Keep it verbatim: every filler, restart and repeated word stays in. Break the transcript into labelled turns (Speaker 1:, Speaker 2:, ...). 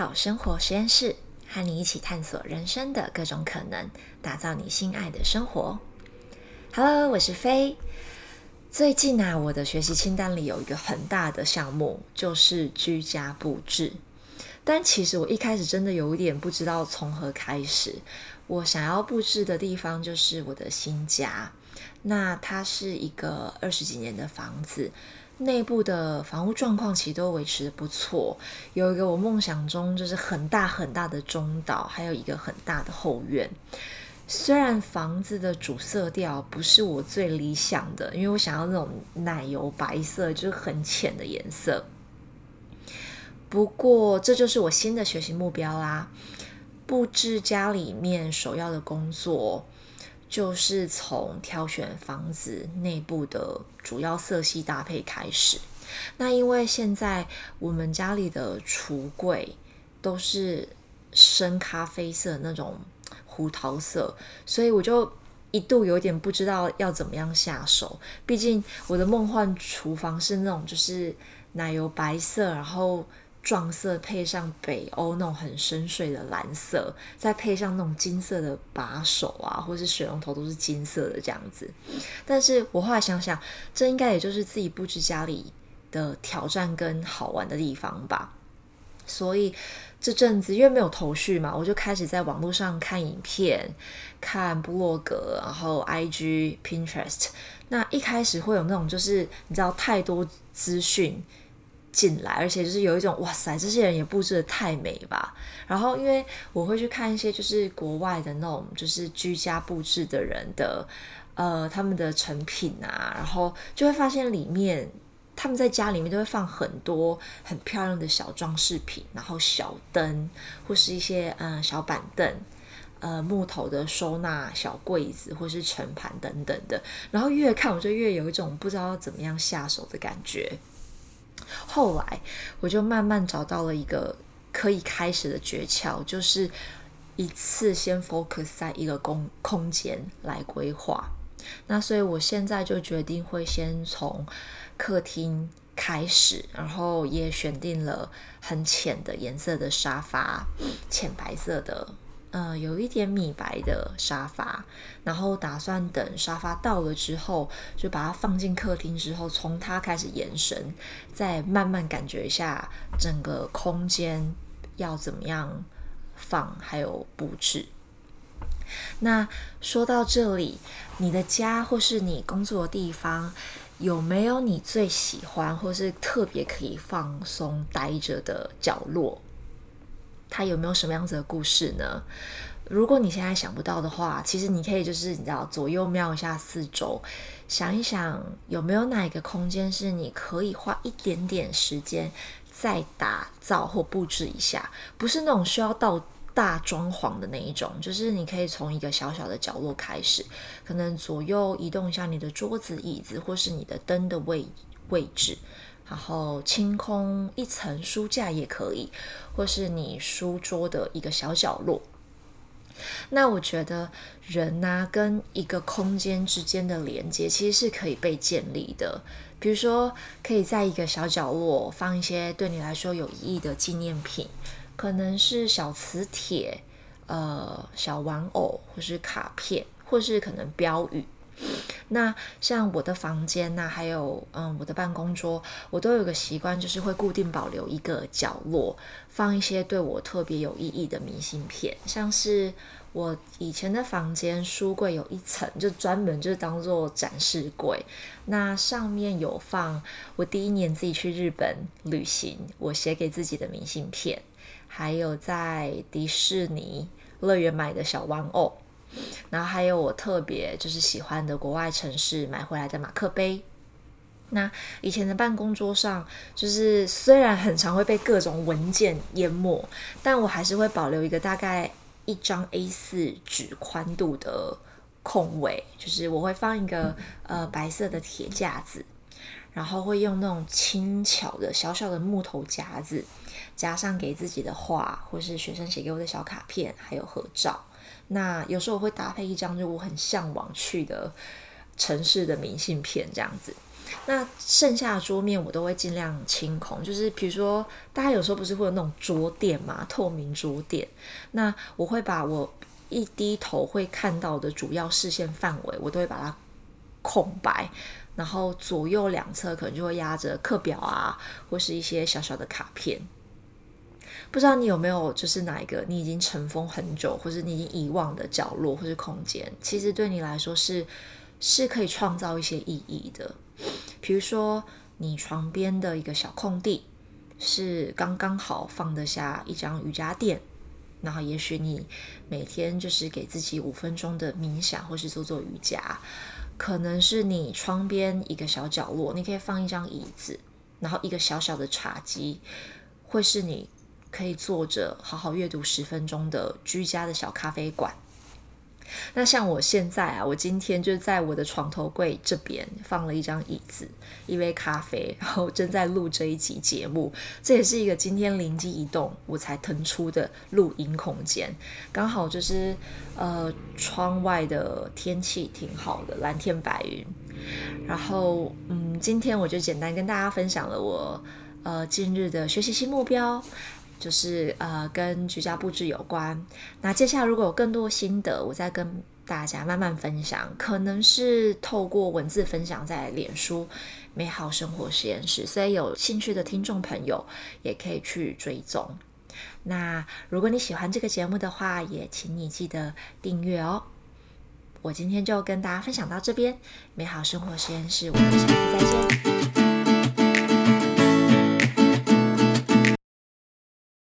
Speaker 1: 好生活实验室，和你一起探索人生的各种可能，打造你心爱的生活。Hello， 我是飞。最近啊，我的学习清单里有一个很大的项目，就是居家布置。但其实我一开始真的有一点不知道从何开始。我想要布置的地方就是我的新家，那它是一个二十几年的房子，内部的房屋状况其实都维持得不错，有一个我梦想中就是很大很大的中岛，还有一个很大的后院。虽然房子的主色调不是我最理想的，因为我想要那种奶油白色，就是很浅的颜色。不过这就是我新的学习目标啦。布置家里面首要的工作就是从挑选房子内部的主要色系搭配开始。那因为现在我们家里的橱柜都是深咖啡色那种胡桃色，所以我就一度有点不知道要怎么样下手。毕竟我的梦幻厨房是那种就是奶油白色，然后撞色配上北欧那种很深邃的蓝色，再配上那种金色的把手啊，或是水龙头都是金色的这样子。但是我后来想想，这应该也就是自己布置家里的挑战跟好玩的地方吧。所以这阵子因为没有头绪嘛，我就开始在网络上看影片，看部落格，然后 I G、Pinterest。那一开始会有那种就是你知道太多资讯进来，而且就是有一种哇塞，这些人也布置得太美吧。然后因为我会去看一些就是国外的那种就是居家布置的人的呃他们的成品啊，然后就会发现里面他们在家里面都会放很多很漂亮的小装饰品，然后小灯或是一些嗯小板凳，呃木头的收纳小柜子或是盛盘等等的。然后越看我就越有一种不知道怎么样下手的感觉。后来我就慢慢找到了一个可以开始的诀窍，就是一次先 focus 在一个空空间来规划。那所以我现在就决定会先从客厅开始，然后也选定了很浅的颜色的沙发，浅白色的呃，有一点米白的沙发，然后打算等沙发到了之后，就把它放进客厅之后，从它开始延伸，再慢慢感觉一下整个空间要怎么样放，还有布置。那说到这里，你的家或是你工作的地方，有没有你最喜欢或是特别可以放松待着的角落？它有没有什么样子的故事呢？如果你现在想不到的话，其实你可以就是你知道左右瞄一下四周，想一想有没有哪一个空间是你可以花一点点时间再打造或布置一下，不是那种需要到大装潢的那一种，就是你可以从一个小小的角落开始，可能左右移动一下你的桌子椅子或是你的灯的位位置，然后清空一层书架也可以，或是你书桌的一个小角落。那我觉得人啊跟一个空间之间的连接其实是可以被建立的。比如说可以在一个小角落放一些对你来说有意义的纪念品，可能是小磁铁、呃小玩偶，或是卡片，或是可能标语。那像我的房间啊，还有嗯我的办公桌，我都有个习惯，就是会固定保留一个角落，放一些对我特别有意义的明信片。像是我以前的房间书柜有一层就专门就是当做展示柜，那上面有放我第一年自己去日本旅行我写给自己的明信片，还有在迪士尼乐园买的小玩偶，然后还有我特别就是喜欢的国外城市买回来的马克杯。那以前的办公桌上，就是虽然很常会被各种文件淹没，但我还是会保留一个大概一张 A 四 纸宽度的空位，就是我会放一个呃白色的铁架子，然后会用那种轻巧的小小的木头夹子，加上给自己的画，或是学生写给我的小卡片，还有合照。那有时候我会搭配一张就我很向往去的城市的明信片这样子。 那剩下的桌面我都会尽量清空，就是比如说大家有时候不是会有那种桌垫嘛，透明桌垫，那我会把我一低头会看到的主要视线范围，我都会把它空白，然后左右两侧可能就会压着课表啊，或是一些小小的卡片。不知道你有没有就是哪一个你已经尘封很久，或是你已经遗忘的角落或是空间，其实对你来说是是可以创造一些意义的。比如说你床边的一个小空地，是刚刚好放得下一张瑜伽垫，然后也许你每天就是给自己五分钟的冥想或是做做瑜伽。可能是你窗边一个小角落，你可以放一张椅子，然后一个小小的茶几，会是你可以坐着好好阅读十分钟的居家的小咖啡馆。那像我现在啊，我今天就在我的床头柜这边放了一张椅子，一杯咖啡，然后正在录这一集节目。这也是一个今天灵机一动我才腾出的录音空间，刚好就是呃窗外的天气挺好的，蓝天白云。然后嗯，今天我就简单跟大家分享了我呃近日的学习新目标。就是呃跟居家布置有关。那接下来如果有更多心得，我再跟大家慢慢分享，可能是透过文字分享在脸书美好生活实验室，所以有兴趣的听众朋友也可以去追踪。那如果你喜欢这个节目的话，也请你记得订阅哦。我今天就跟大家分享到这边，美好生活实验室，我们下次再见。